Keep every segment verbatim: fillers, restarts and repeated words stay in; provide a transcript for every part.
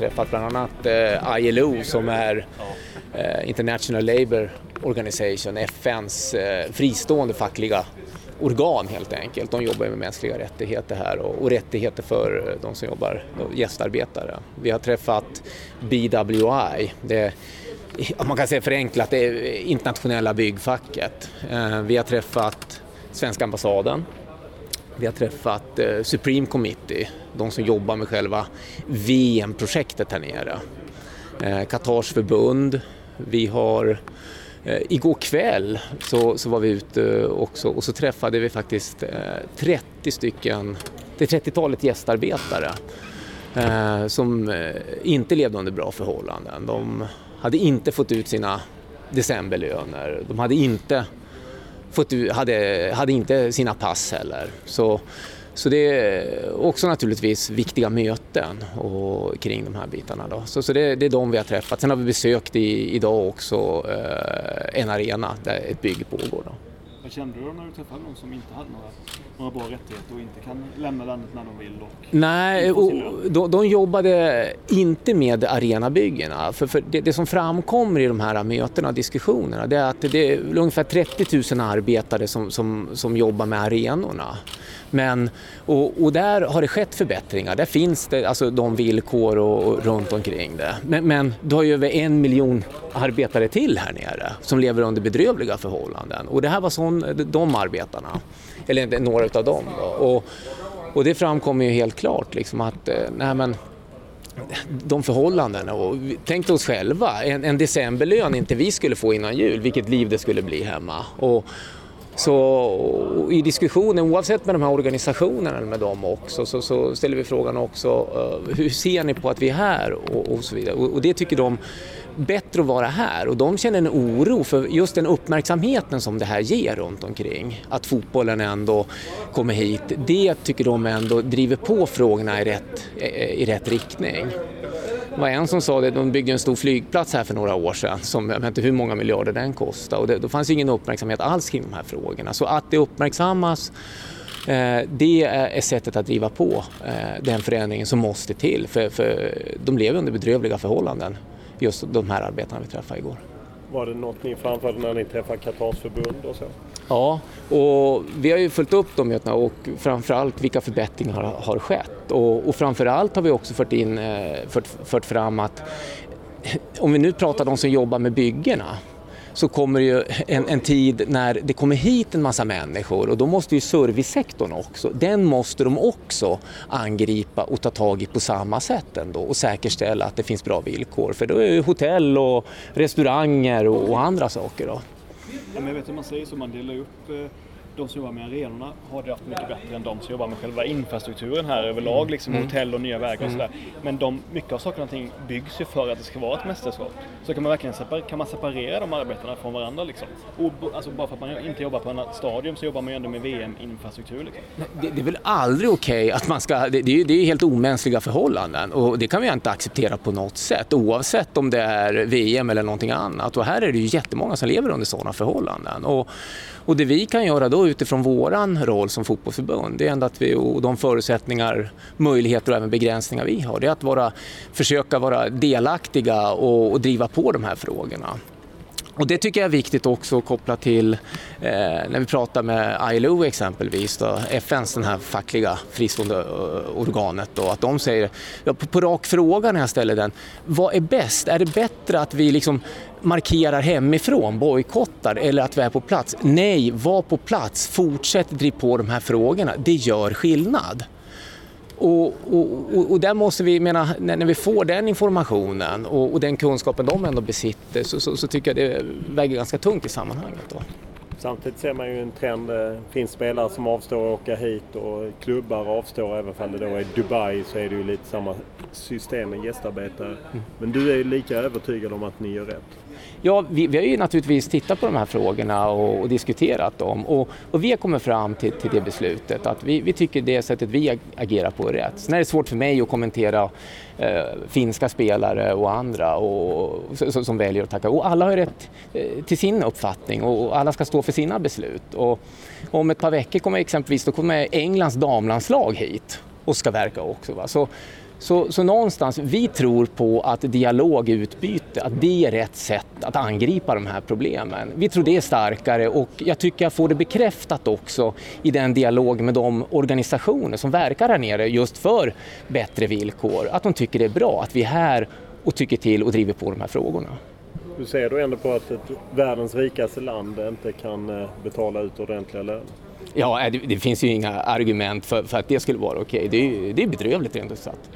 träffat bland annat eh, I L O som är eh, International Labour Organization, F N:s eh, fristående fackliga organ helt enkelt. De jobbar med mänskliga rättigheter här och, och rättigheter för de som jobbar, gästarbetare. Vi har träffat B W I, det, man kan säga förenklat, det är internationella byggfacket. Eh, vi har träffat Svenska ambassaden. Vi har träffat eh, Supreme Committee, de som jobbar med själva V M-projektet här nere. Eh, Qatars förbund. Vi har, eh, igår kväll så, så var vi ute också och så träffade vi faktiskt eh, trettio stycken, det trettiotalet gästarbetare eh, som eh, inte levde under bra förhållanden. De hade inte fått ut sina decemberlöner, de hade inte Fått, hade, hade inte sina pass heller. Så, så det är också naturligtvis viktiga möten och, kring de här bitarna. Då. Så, så det, det är de vi har träffat. Sen har vi besökt i, idag också eh, en arena där ett bygge pågår. Då. Vad kände du då när du träffade någon som inte hade några, några bra rättigheter och inte kan lämna landet när de vill? Och Nej, och de, de jobbade inte med arenabyggena. För, för det, det som framkommer i de här mötena och diskussionerna det är att det är ungefär trettio tusen arbetare som, som, som jobbar med arenorna. Men, och, och där har det skett förbättringar. Där finns det alltså de villkor och, och runt omkring det. Men, men du har ju över en miljon arbetare till här nere som lever under bedrövliga förhållanden. Och det här var sån, de arbetarna, eller några av dem. Då. Och, och det framkommer ju helt klart liksom att nej men, de förhållandena. Och tänkte oss själva, en, en decemberlön inte vi skulle få innan jul, vilket liv det skulle bli hemma. Och, så i diskussionen, oavsett med de här organisationerna eller med dem också, så, så ställer vi frågan också, uh, hur ser ni på att vi är här och, och så vidare. Och, och det tycker de bättre att vara här och de känner en oro för just den uppmärksamheten som det här ger runt omkring. Att fotbollen ändå kommer hit, det tycker de ändå driver på frågorna i rätt, i rätt riktning. Det var en som sa det, de byggde en stor flygplats här för några år sedan som jag vet inte hur många miljarder den kostade och det, då fanns ingen uppmärksamhet alls kring de här frågorna. Så att det uppmärksammas, eh, det är sättet att driva på eh, den förändringen som måste till för, för de lever under bedrövliga förhållanden, just de här arbetarna vi träffade igår. Var det något ni framförde när ni träffade Qatars förbund och så? Ja, och vi har ju följt upp de mötena och framförallt vilka förbättringar har, har skett. Och, och framförallt har vi också fört, in, fört, fört fram att om vi nu pratar om de som jobbar med byggena så kommer ju en, en tid när det kommer hit en massa människor och då måste ju servicesektorn också, den måste de också angripa och ta tag i på samma sätt ändå och säkerställa att det finns bra villkor. För då är ju hotell och restauranger och, och andra saker då. Ja, men jag vet hur man säger så, man delar upp eh, de som jobbar med arenorna har det haft mycket bättre än de som jobbar med själva infrastrukturen här överlag, liksom mm. hotell och nya vägar och sådär. Men de, mycket av saker och ting byggs ju för att det ska vara ett mästerskap. Så kan man verkligen separ- kan man separera de arbetarna från varandra liksom. Och, alltså, bara för att man inte jobbar på en stadium så jobbar man ju ändå med V M-infrastruktur liksom. Det, det är väl aldrig okej att man ska, det, det, är, det är helt omänskliga förhållanden och det kan vi inte acceptera på något sätt oavsett om det är V M eller någonting annat. Och här är det ju jättemånga som lever under sådana förhållanden. Och Och det vi kan göra då utifrån våran roll som fotbollsförbund, det är ändå att vi och de förutsättningar, möjligheter och även begränsningar vi har, det är att vara, försöka vara delaktiga och, och driva på de här frågorna. Och det tycker jag är viktigt också att koppla till eh, när vi pratar med I L O exempelvis, då, F N:s den här fackliga fristående uh, organet då, att de säger, ja, på, på rak fråga när jag ställer den, vad är bäst? Är det bättre att vi liksom markerar hemifrån, bojkottar eller att vi är på plats? Nej, var på plats, fortsätt driva på de här frågorna, det gör skillnad. Och, och, och där måste vi, mena, när, när vi får den informationen och, och den kunskapen de ändå besitter så, så, så tycker jag det väger ganska tungt i sammanhanget då. Samtidigt ser man ju en trend, det finns spelare som avstår att åka hit och klubbar avstår, även om det då är Dubai så är det ju lite samma system med gästarbetare. Mm. Men du är ju lika övertygad om att ni gör rätt. Ja, vi, vi har ju naturligtvis tittat på de här frågorna och, och diskuterat dem och, och vi har kommit fram till, till det beslutet att vi, vi tycker det sättet vi agerar på är rätt. Sen är det svårt för mig att kommentera eh, finska spelare och andra och, så, som väljer att tacka. Och alla har rätt eh, till sin uppfattning och alla ska stå för sina beslut. Och om ett par veckor kommer exempelvis då kommer Englands damlandslag hit och ska verka också. Va? Så Så, så någonstans, vi tror på att dialogutbyte, att det är rätt sätt att angripa de här problemen. Vi tror det är starkare och jag tycker jag får det bekräftat också i den dialog med de organisationer som verkar här nere just för bättre villkor. Att de tycker det är bra att vi är här och tycker till och driver på de här frågorna. Du ser då ändå på att ett världens rikaste land inte kan betala ut ordentliga löner? Ja, det, det finns ju inga argument för, för att det skulle vara okej. Det är, det är bedrövligt rent ut sagt.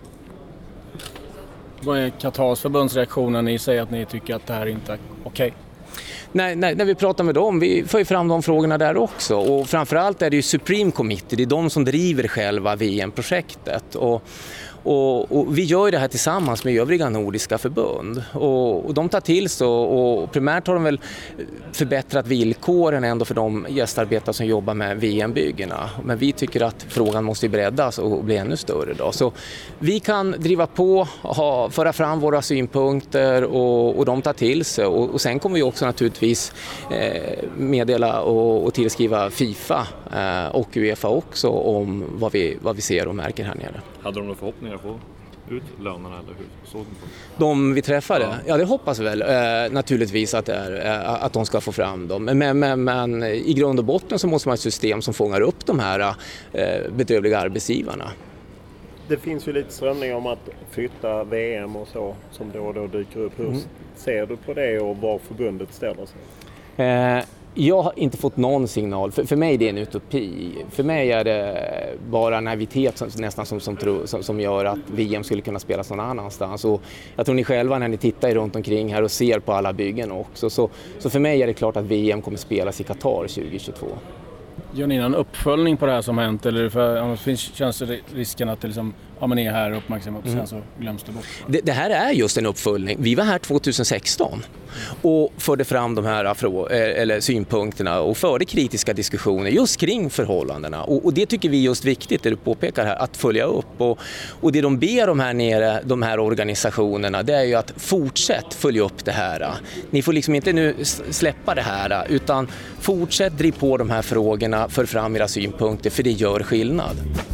Vad är Qatars förbundsreaktion när ni säger att ni tycker att det här inte är okej? Nej, nej, när vi pratar med dem, vi får ju fram de frågorna där också. Och framförallt är det ju Supreme Committee, det är de som driver själva V M-projektet. Och, och, och vi gör det här tillsammans med övriga nordiska förbund. Och, och de tar till sig och, och primärt har de väl förbättrat villkoren ändå för de gästarbetare som jobbar med V M-byggena. Men vi tycker att frågan måste breddas och bli ännu större då. Så vi kan driva på, ha, föra fram våra synpunkter och, och de tar till sig. Och, och sen kommer vi också naturligtvis eh, meddela och, och tillskriva FIFA eh, och UEFA också om vad vi, vad vi ser och märker här nere. Hade de några förhoppningar på ut lönerna eller hur såg de på det? De vi träffade? Ja, ja det hoppas väl eh, naturligtvis att, det är, eh, att de ska få fram dem. Men, men, men i grund och botten så måste man ha ett system som fångar upp de här eh, bedrövliga arbetsgivarna. Det finns ju lite strömningar om att flytta V M och så som då och då dyker upp. Hur mm. ser du på det och var förbundet ställer sig? Eh, Jag har inte fått någon signal. För, för mig är det en utopi. För mig är det bara naivitet som, nästan som, som, som, som gör att V M skulle kunna spelas någon annanstans. Och jag tror ni själva när ni tittar runt omkring här och ser på alla byggen också. Så, så för mig är det klart att V M kommer spelas i Qatar tjugohundratjugotvå. Gör ni en uppföljning på det här som hänt? Eller för, annars finns, känns det risken att det liksom, ja, man är här uppmärksammat och sen så glöms det bort? Det, det här är just en uppföljning. Vi var här tjugohundrasexton och förde fram de här frå, eller synpunkterna och förde kritiska diskussioner just kring förhållandena. Och, och det tycker vi är just viktigt, det du påpekar här, att följa upp. Och, och det de ber om här nere, de här organisationerna, det är ju att fortsätt följa upp det här. Ni får liksom inte nu släppa det här, utan fortsätt driv på de här frågorna, för fram era synpunkter, för det gör skillnad.